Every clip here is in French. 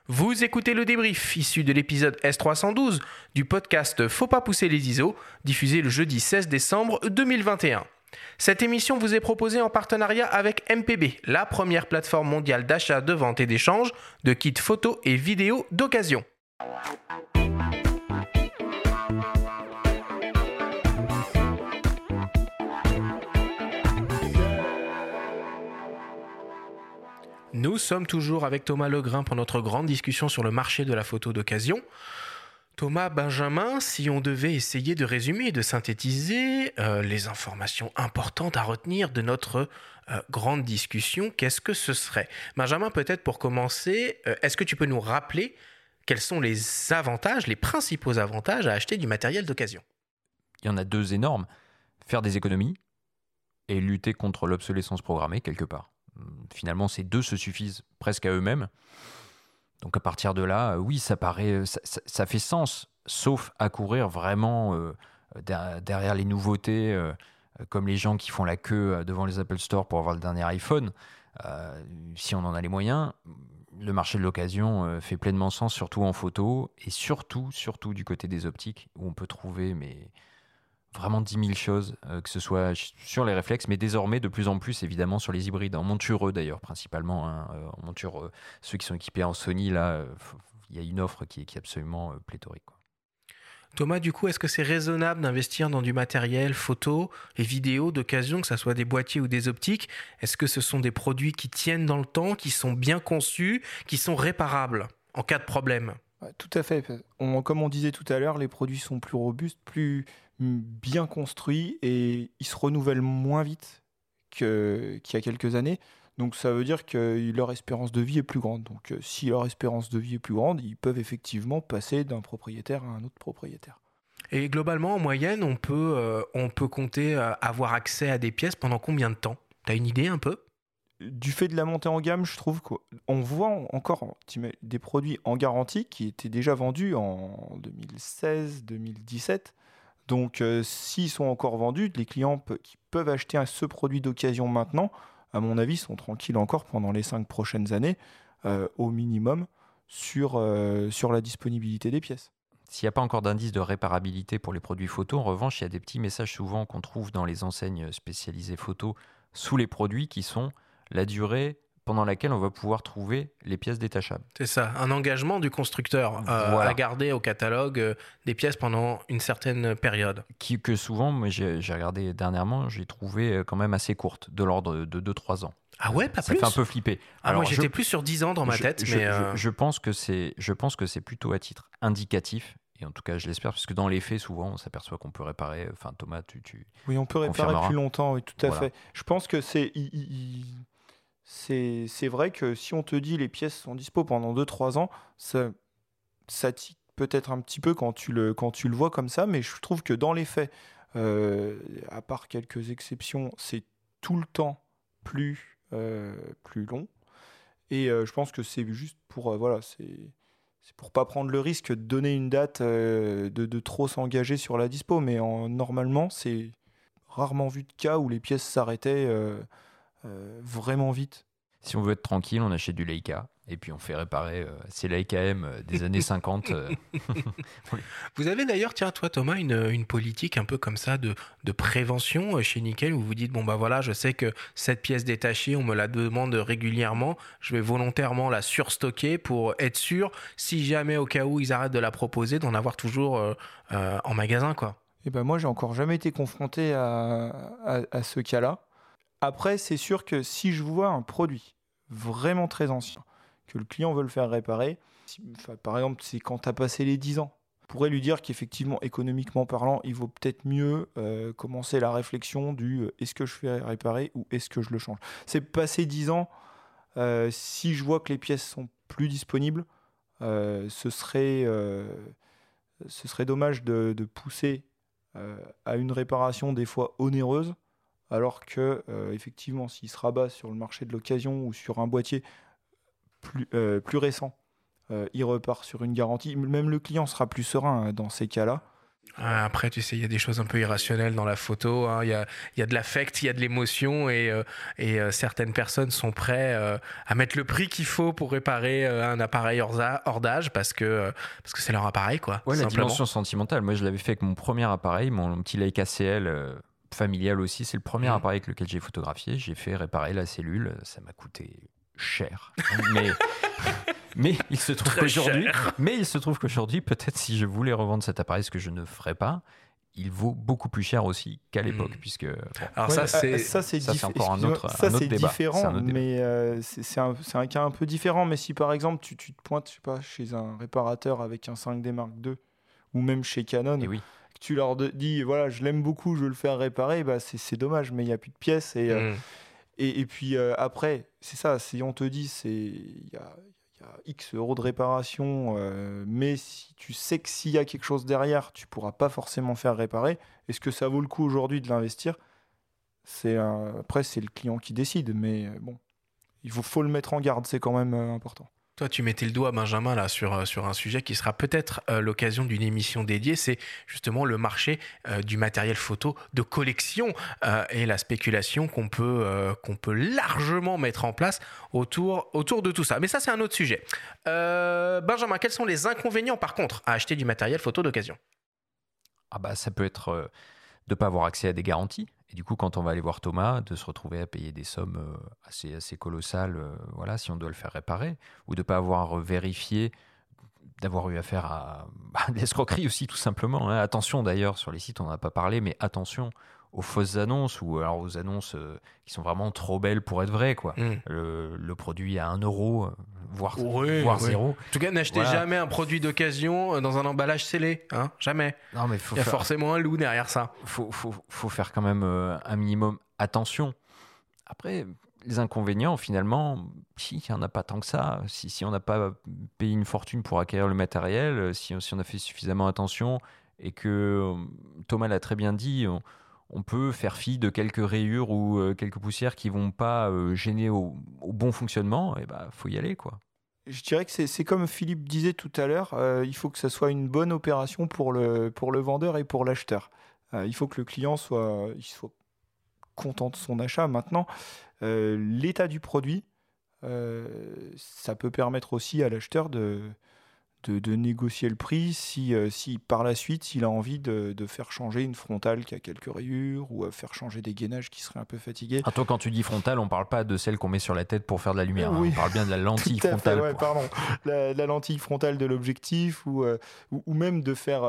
Vous écoutez le débrief issu de l'épisode S312 du podcast Faut pas pousser les ISO, diffusé le jeudi 16 décembre 2021. Cette émission vous est proposée en partenariat avec MPB, la première plateforme mondiale d'achat, de vente et d'échange de kits photos et vidéos d'occasion. Nous sommes toujours avec Thomas Legrain pour notre grande discussion sur le marché de la photo d'occasion. Thomas, Benjamin, si on devait essayer de résumer et de synthétiser les informations importantes à retenir de notre grande discussion, qu'est-ce que ce serait ? Benjamin, peut-être pour commencer, est-ce que tu peux nous rappeler quels sont les avantages, les principaux avantages à acheter du matériel d'occasion ? Il y en a deux énormes. Faire des économies et lutter contre l'obsolescence programmée quelque part. Finalement, ces deux se suffisent presque à eux-mêmes. Donc à partir de là, oui, ça fait sens, sauf à courir vraiment derrière les nouveautés, comme les gens qui font la queue devant les Apple Store pour avoir le dernier iPhone. Si on en a les moyens, le marché de l'occasion fait pleinement sens, surtout en photo, et surtout du côté des optiques, où on peut trouver vraiment 10 000 choses, que ce soit sur les réflexes, mais désormais de plus en plus évidemment sur les hybrides, en montureux d'ailleurs principalement, en monture, ceux qui sont équipés en Sony, là, il y a une offre qui est absolument pléthorique, quoi. Thomas, du coup, est-ce que c'est raisonnable d'investir dans du matériel photo et vidéo d'occasion, que ce soit des boîtiers ou des optiques ? Est-ce que ce sont des produits qui tiennent dans le temps, qui sont bien conçus, qui sont réparables en cas de problème ? Tout à fait. Comme on disait tout à l'heure, les produits sont plus robustes, plus bien construits et ils se renouvellent moins vite qu'il y a quelques années. Donc ça veut dire que leur espérance de vie est plus grande. Donc si leur espérance de vie est plus grande, ils peuvent effectivement passer d'un propriétaire à un autre propriétaire. Et globalement, en moyenne, on peut compter avoir accès à des pièces pendant combien de temps ? Tu as une idée un peu ? Du fait de la montée en gamme, je trouve qu'on voit encore des produits en garantie qui étaient déjà vendus en 2016-2017. Donc, s'ils sont encore vendus, les clients qui peuvent acheter ce produit d'occasion maintenant, à mon avis, sont tranquilles encore pendant les 5 prochaines années, au minimum, sur la disponibilité des pièces. S'il n'y a pas encore d'indice de réparabilité pour les produits photo, en revanche, il y a des petits messages souvent qu'on trouve dans les enseignes spécialisées photo sous les produits qui sont la durée pendant laquelle on va pouvoir trouver les pièces détachables. C'est ça, un engagement du constructeur Voilà. à garder au catalogue des pièces pendant une certaine période. Que souvent, moi j'ai regardé dernièrement, j'ai trouvé quand même assez courte, de l'ordre de 2-3 ans. Ah ouais, pas ça plus ? Ça fait un peu flipper. Alors, moi j'étais plus sur 10 ans dans ma tête. Je pense que c'est plutôt à titre indicatif. Et en tout cas, je l'espère, parce que dans les faits, souvent, on s'aperçoit qu'on peut réparer. Enfin, Thomas, tu Oui, on peut réparer plus longtemps, oui, tout à fait. Je pense que c'est vrai que si on te dit les pièces sont dispo pendant 2-3 ans, ça tique peut-être un petit peu quand tu le vois comme ça, mais je trouve que dans les faits, à part quelques exceptions, c'est tout le temps plus long. Et je pense que c'est juste pour c'est pour pas prendre le risque de donner une date, de trop s'engager sur la dispo, mais normalement, c'est rarement vu de cas où les pièces s'arrêtaient vraiment vite. Si on veut être tranquille, on achète du Leica et puis on fait réparer ces Leica M des années 50. Vous avez d'ailleurs, tiens, toi Thomas, une politique un peu comme ça de prévention chez Nickel, où vous dites, bon bah voilà, je sais que cette pièce détachée, on me la demande régulièrement, je vais volontairement la surstocker pour être sûr, si jamais au cas où ils arrêtent de la proposer, d'en avoir toujours en magasin, quoi. Et ben moi, j'ai encore jamais été confronté à ce cas-là. Après, c'est sûr que si je vois un produit vraiment très ancien, que le client veut le faire réparer, par exemple, c'est quand tu as passé les 10 ans, on pourrait lui dire qu'effectivement, économiquement parlant, il vaut peut-être mieux commencer la réflexion du est-ce que je fais réparer ou est-ce que je le change. C'est passé 10 ans, si je vois que les pièces sont plus disponibles, ce serait dommage de pousser à une réparation des fois onéreuse, alors que effectivement, s'il se rabat sur le marché de l'occasion ou sur un boîtier plus récent, il repart sur une garantie. Même le client sera plus serein dans ces cas-là. Après, tu sais, il y a des choses un peu irrationnelles dans la photo. Hein. Il y a de l'affect, il y a de l'émotion et certaines personnes sont prêtes à mettre le prix qu'il faut pour réparer un appareil hors d'âge parce que c'est leur appareil, quoi. Ouais, la simplement. dimension sentimentale. Moi, je l'avais fait avec mon premier appareil, mon petit Leica CL familial aussi. C'est le premier appareil avec lequel j'ai photographié. J'ai fait réparer la cellule. Ça m'a coûté cher. Mais il se trouve qu'aujourd'hui, peut-être si je voulais revendre cet appareil, ce que je ne ferais pas, il vaut beaucoup plus cher aussi qu'à l'époque, puisque Alors Ouais, ça, c'est encore un autre c'est débat. différent, C'est un autre débat. mais c'est un cas un peu différent. Mais si par exemple tu te pointes, je sais pas, chez un réparateur avec un 5D Mark II ou même chez Canon, Et oui. que tu leur dis voilà, je l'aime beaucoup, je veux le faire réparer, bah c'est dommage, mais il n'y a plus de pièces. Et puis après, c'est ça, si on te dit il y a X euros de réparation, mais si tu sais que s'il y a quelque chose derrière, tu pourras pas forcément faire réparer, est-ce que ça vaut le coup aujourd'hui de l'investir? Après, c'est le client qui décide, mais bon, il faut le mettre en garde, c'est quand même important. Toi, tu mettais le doigt, Benjamin, là, sur un sujet qui sera peut-être l'occasion d'une émission dédiée. C'est justement le marché du matériel photo de collection et la spéculation qu'on peut largement mettre en place autour de tout ça. Mais ça, c'est un autre sujet. Benjamin, quels sont les inconvénients, par contre, à acheter du matériel photo d'occasion? Ah bah, ça peut être de ne pas avoir accès à des garanties. Et du coup, quand on va aller voir Thomas, de se retrouver à payer des sommes assez colossales, voilà, si on doit le faire réparer, ou de ne pas avoir vérifié, d'avoir eu affaire à de l'escroquerie aussi, tout simplement. Hein. Attention d'ailleurs, sur les sites, on n'en a pas parlé, mais attention aux fausses annonces ou alors aux annonces qui sont vraiment trop belles pour être vraies, quoi. Le produit à 1 euro, voire zéro. En tout cas, n'achetez jamais un produit d'occasion dans un emballage scellé. Hein, jamais. Non, mais il y a forcément un loup derrière ça. Faut faire quand même un minimum attention. Après, les inconvénients, finalement, il n'y en a pas tant que ça. Si on n'a pas payé une fortune pour acquérir le matériel, si on a fait suffisamment attention et que Thomas l'a très bien dit, on peut faire fi de quelques rayures ou quelques poussières qui ne vont pas gêner au bon fonctionnement, et bah, faut y aller, quoi. Je dirais que c'est comme Philippe disait tout à l'heure, il faut que ça soit une bonne opération pour le vendeur et pour l'acheteur. Il faut que le client soit content de son achat. Maintenant, l'état du produit, ça peut permettre aussi à l'acheteur de négocier le prix si par la suite il a envie de faire changer une frontale qui a quelques rayures ou faire changer des gainages qui seraient un peu fatigués. Ah, toi, quand tu dis frontale, on parle pas de celle qu'on met sur la tête pour faire de la lumière. Oui. Hein. On parle bien de la lentille Tout à frontale. Fait, ouais, pardon. La lentille frontale de l'objectif ou même de faire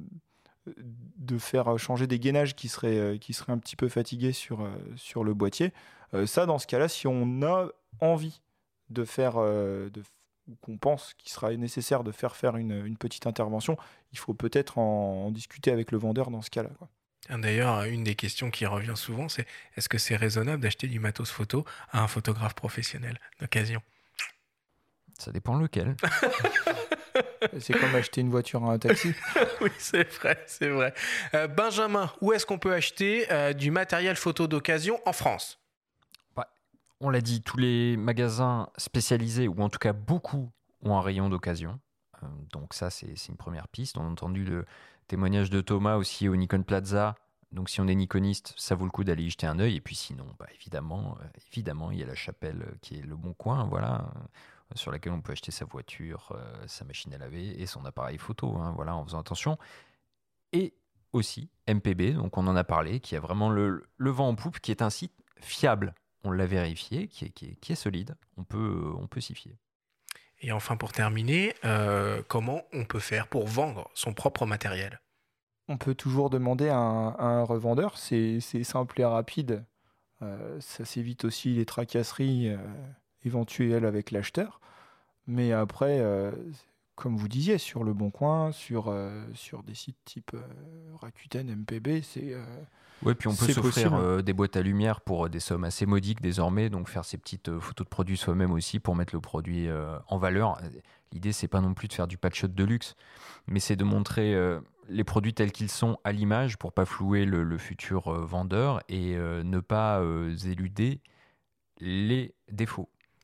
changer des gainages qui seraient un petit peu fatigués sur le boîtier. Ça, dans ce cas-là, si on a envie de faire ou qu'on pense qu'il sera nécessaire de faire une petite intervention, il faut peut-être en discuter avec le vendeur dans ce cas-là, quoi. D'ailleurs, une des questions qui revient souvent, c'est est-ce que c'est raisonnable d'acheter du matos photo à un photographe professionnel d'occasion? Ça dépend lequel. C'est comme acheter une voiture à un taxi. Oui, c'est vrai. Benjamin, où est-ce qu'on peut acheter du matériel photo d'occasion en France? On l'a dit, tous les magasins spécialisés, ou en tout cas beaucoup, ont un rayon d'occasion. Donc ça, c'est une première piste. On a entendu le témoignage de Thomas aussi au Nikon Plaza. Donc si on est nikoniste, ça vaut le coup d'aller y jeter un œil. Et puis sinon, évidemment, il y a la Chapelle qui est le bon coin, voilà, sur laquelle on peut acheter sa voiture, sa machine à laver et son appareil photo, hein, voilà, en faisant attention. Et aussi MPB, donc on en a parlé, qui a vraiment le vent en poupe, qui est un site fiable. On l'a vérifié, qui est solide. On peut s'y fier. Et enfin, pour terminer, comment on peut faire pour vendre son propre matériel? On peut toujours demander à un revendeur. C'est simple et rapide. Ça s'évite aussi les tracasseries éventuelles avec l'acheteur. Mais après, comme vous disiez, sur Le Bon Coin, sur des sites type Rakuten, MPB, c'est... Oui, puis on peut s'offrir des boîtes à lumière pour des sommes assez modiques désormais, donc faire ces petites photos de produits soi-même aussi pour mettre le produit en valeur. L'idée, c'est pas non plus de faire du patch-up de luxe, mais c'est de montrer les produits tels qu'ils sont à l'image pour pas flouer le futur vendeur et ne pas éluder les défauts.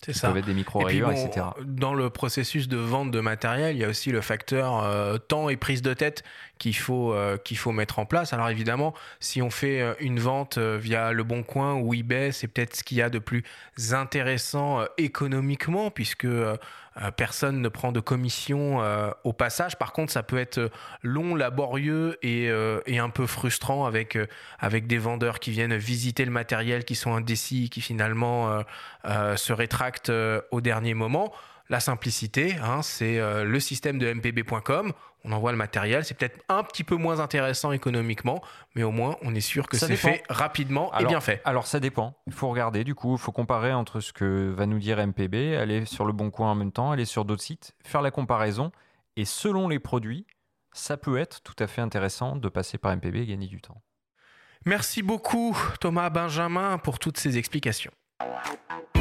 C'est qui ça. peuvent être des micro-rayures, etc. Dans le processus de vente de matériel, il y a aussi le facteur temps et prise de tête qu'il faut mettre en place. Alors évidemment, si on fait une vente via Le Bon Coin ou eBay, c'est peut-être ce qu'il y a de plus intéressant économiquement, puisque personne ne prend de commission au passage. Par contre, ça peut être long, laborieux et un peu frustrant avec des vendeurs qui viennent visiter le matériel, qui sont indécis, qui finalement se rétractent au dernier moment. La simplicité, c'est le système de mpb.com. On envoie le matériel. C'est peut-être un petit peu moins intéressant économiquement, mais au moins, on est sûr que c'est fait rapidement et bien fait. Alors, ça dépend. Il faut regarder, du coup, il faut comparer entre ce que va nous dire MPB, aller sur Le Bon Coin en même temps, aller sur d'autres sites, faire la comparaison. Et selon les produits, ça peut être tout à fait intéressant de passer par MPB et gagner du temps. Merci beaucoup, Thomas Benjamin, pour toutes ces explications.